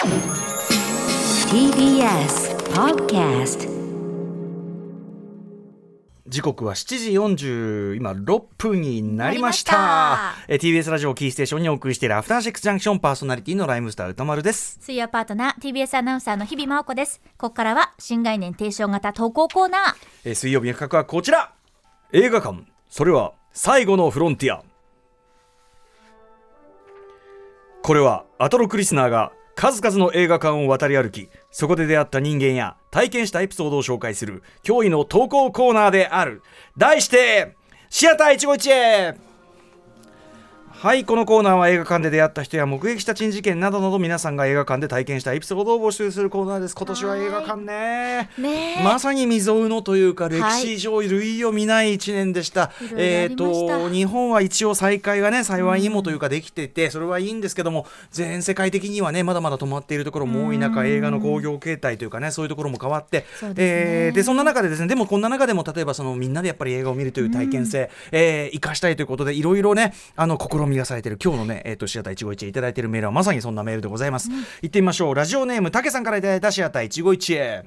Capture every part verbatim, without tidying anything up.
ティービーエス Podcast。 時刻はしちじよんじゅう今ろっぷんになりました。 なりましたえ ティービーエス ラジオキーステーションにお送りしているアフターシックスジャンクション、パーソナリティのライムスター歌丸です。 水曜パートナー ティービーエス アナウンサーの日々真央子です。ここからは新概念提唱型投稿コーナー。 え水曜日の企画はこちら、映画館、それは最後のフロンティア。これはアトロクリスナーが数々の映画館を渡り歩き、そこで出会った人間や体験したエピソードを紹介する驚異の投稿コーナーである。題してシアター一期一会。はい、このコーナーは映画館で出会った人や目撃した珍事件などなど皆さんが映画館で体験したエピソードを募集するコーナーです。今年は映画館ね、 ねえまさに未曾有のというか、 い歴史上類を見ないいちねんでした。 いろいろありえーましたと日本は一応再開がね幸いにもというかできてて、それはいいんですけども、全世界的にはねまだまだ止まっているところも多い中、映画の興行形態というかね、そういうところも変わって、 そうですねえーでそんな中でですね、でもこんな中でも例えばそのみんなでやっぱり映画を見るという体験性、えー生かしたいということでいろいろねあの試みがされている今日のね、えー、とシアター一期一会いただいているメールはまさにそんなメールでございます。うん、行ってみましょう。ラジオネームたけさんからいただいたシアター一期一会。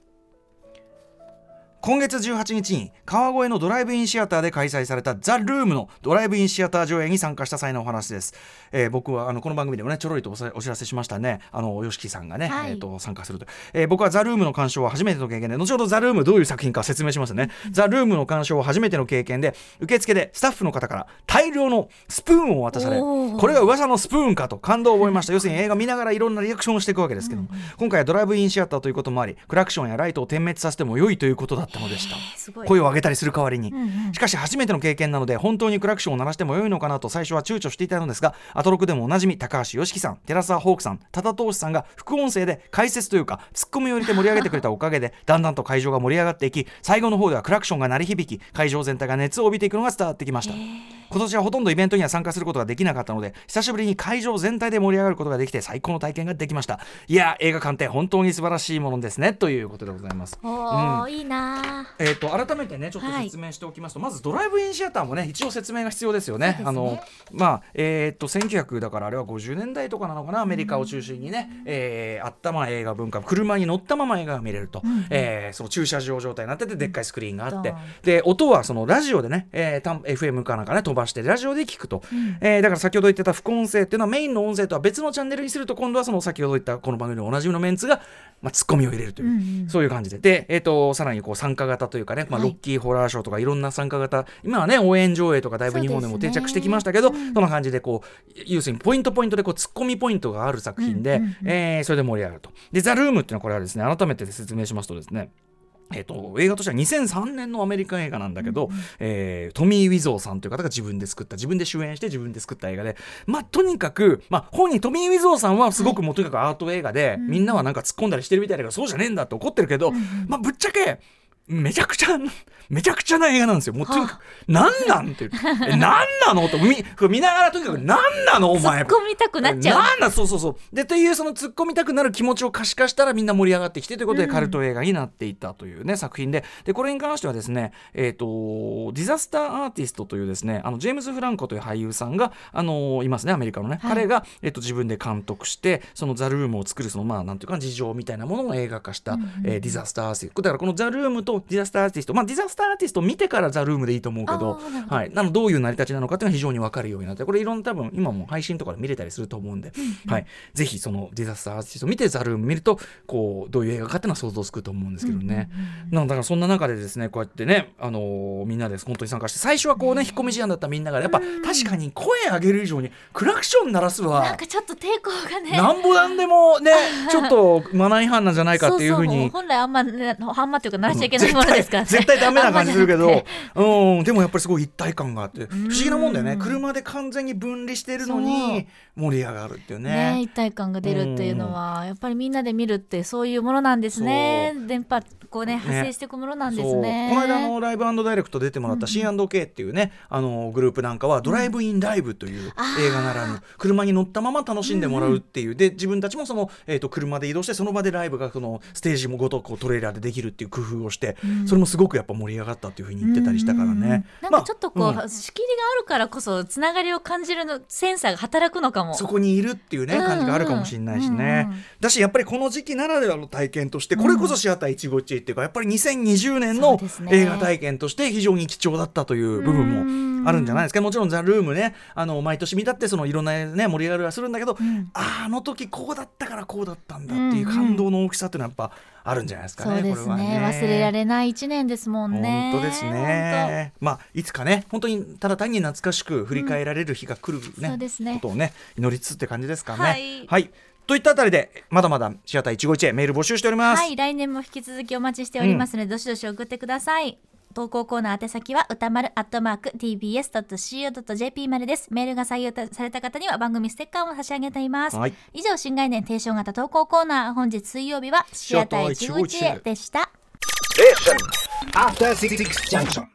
今月じゅうはちにちに川越のドライブインシアターで開催されたザ・ルームのドライブインシアター上映に参加した際のお話です。えー、僕はあのこの番組でもねちょろりとおさお知らせしましたね。あの吉木さんがね、はい、えー、と参加すると、えー、僕はザ・ルームの鑑賞は初めての経験で、後ほどザ・ルームどういう作品か説明しますね。ザ・ルームの鑑賞は初めての経験で、受付でスタッフの方から大量のスプーンを渡され、これが噂のスプーンかと感動を覚えました。要するに映画見ながらいろんなリアクションをしていくわけですけども、うんうん、今回はドライブインシアターということもあり、クラクションやライトを点滅させても良いということだったのでした。声を上げたりする代わりに、うんうん、しかし初めての経験なので本当にクラクションを鳴らしても良いのかなと最初は躊躇していたのですが、アトロクでもおなじみ高橋良樹さん、寺澤ホークさん、多田投資さんが副音声で解説というかツッコミを入れて盛り上げてくれたおかげでだんだんと会場が盛り上がっていき、最後の方ではクラクションが鳴り響き、会場全体が熱を帯びていくのが伝わってきました。今年はほとんどイベントには参加することができなかったので、久しぶりに会場全体で盛り上がることができて最高の体験ができました。いや映画館って本当に素晴らしいものですね、ということでございます。 おー、 うん、 いいな、 えー、と改めてねちょっと説明しておきますと、はい、まずドライブインシアターもね一応説明が必要ですよ ね, そうですね。 あのまあえー、とせんきゅうひゃくだからあれはごじゅうねんだいとかなのかな、アメリカを中心にね、うん、えー、あったまあ映画文化、車に乗ったまま映画が見れると、うん、えー、その駐車場状態になっててでっかいスクリーンがあって、うん、で音はそのラジオでね、えー、エフエム かなんかね飛ばしてラジオで聞くと、うん、えー、だから先ほど言ってた副音声っていうのはメインの音声とは別のチャンネルにすると、今度はその先ほど言ったこの番組のおなじみのメンツが、まあ、ツッコミを入れるという、うんうん、そういう感じで、で、えー、とさらにこう参加型というかね、まあ、ロッキーホラーショーとかいろんな参加型、今はね応援上映とかだいぶ日本でも定着してきましたけど、 そ,、ね、うん、そんな感じでこう要するにポイントポイントでこうツッコミポイントがある作品で、うんうんうん、えー、それで盛り上がると。でザ・ルームっていうのはこれはですね、改めて説明しますとですね、えー、と映画としてはにせんさんねんのアメリカン映画なんだけど、うんうん、えー、トミー・ウィゾーさんという方が自分で作った、自分で主演して自分で作った映画で、まあとにかく、まあ、本人トミー・ウィゾーさんはすごくもうとにかくアート映画で、はい、みんなはなんか突っ込んだりしてるみたいだけど、そうじゃねえんだって怒ってるけど、うんうん、まあぶっちゃけめちゃくちゃめちゃくちゃな映画なんですよ。もうとにかく、はあ、なんなんていうえなんなのと 見, 見ながらとにかくなんなのお前突っ込みたくなっちゃう。 なんだそうそうそうでというその突っ込みたくなる気持ちを可視化したらみんな盛り上がってきてということで、カルト映画になっていったというね作品で、でこれに関してはですね、えー、とディザスターアーティストというですね、あのジェームズ・フランコという俳優さんが、あのー、いますねアメリカのね、はい、彼が、えー、と自分で監督してそのザ・ルームを作るそのまあなんていうか事情みたいなものを映画化した、うんうんえー、ディザスターアーティストだから、このザ・ルームとディザスターアーティスト、まあディザスターアーティストを見てからザ・ルームでいいと思うけど、はい、なのどういう成り立ちなのかっていうのは非常に分かるようになって、これいろんな多分今も配信とかで見れたりすると思うんで、うんうんはい、ぜひそのディザスターアーティストを見てザ・ルーム見るとこうどういう映画かっていうのは想像つくと思うんですけどね、うんうんうん、なのだからそんな中でですねこうやってね、あのー、みんなで本当に参加して、最初はこうね引っ込み思案だったみんながやっぱ確かに声上げる以上にクラクション鳴らすはなんかちょっと抵抗がね、 なんぼなんでもねちょっとマナー違反なんじゃないかっていうふうに、そうそう本来あんま、ね、あんまっていうか鳴らしちゃいけないものですからね、 絶対ダメな感じするけどうん、でもやっぱりすごい一体感があって不思議なもんだよね。車で完全に分離しているのに盛り上がるっていうね、 ね一体感が出るっていうのはやっぱりみんなで見るってそういうものなんですね。電波こうね発生していくものなんですね。 この間のライブ&ダイレクト出てもらった シーアンドケー っていうね、うん、あのグループなんかはドライブインライブという映画ならぬ、うん、車に乗ったまま楽しんでもらうっていう、うん、で自分たちもその、えー、と車で移動してその場でライブがそのステージもごとこうトレーラーでできるっていう工夫をして、 うん、それもすごくやっぱ盛り上がったっていうふうに言ってたりしたからね、うんうん、 なんかちょっとこう、まあ、仕切りがあるからこそつながりを感じるのセンサーが働くのかも、 そこにいるっていうね、うんうん、感じがあるかもしれないしね、うんうん、だしやっぱりこの時期ならではの体験としてこれこそシアター一期一会っていうかやっぱりにせんにじゅうねんの映画体験として非常に貴重だったという部分もあるんじゃないですか。もちろんザ・ルームね、あの毎年見たってそのいろんな、ね、盛り上がりはするんだけど、うん、あ, あの時こうだったからこうだったんだっていう感動の大きさっていうのはやっぱあるんじゃないですかね。 そうですね、 これはね忘れられないいちねんですもんね。 本当ですね。まあいつかね本当にただ単に懐かしく振り返られる日が来る、ね、うん、ね、ことをね祈りつつって感じですかね。はい、はい、といったあたりでまだまだシアター一期一会メール募集しております。 はい、来年も引き続きお待ちしておりますので、うん、どしどし送ってください。投稿コーナー宛先は歌丸アットマーク ティービーエスドットシーオードットジェーピー までです。メールが採用された方には番組ステッカーを差し上げています、はい、以上新概念提唱型投稿コーナー、本日水曜日はシアター一期一会でした。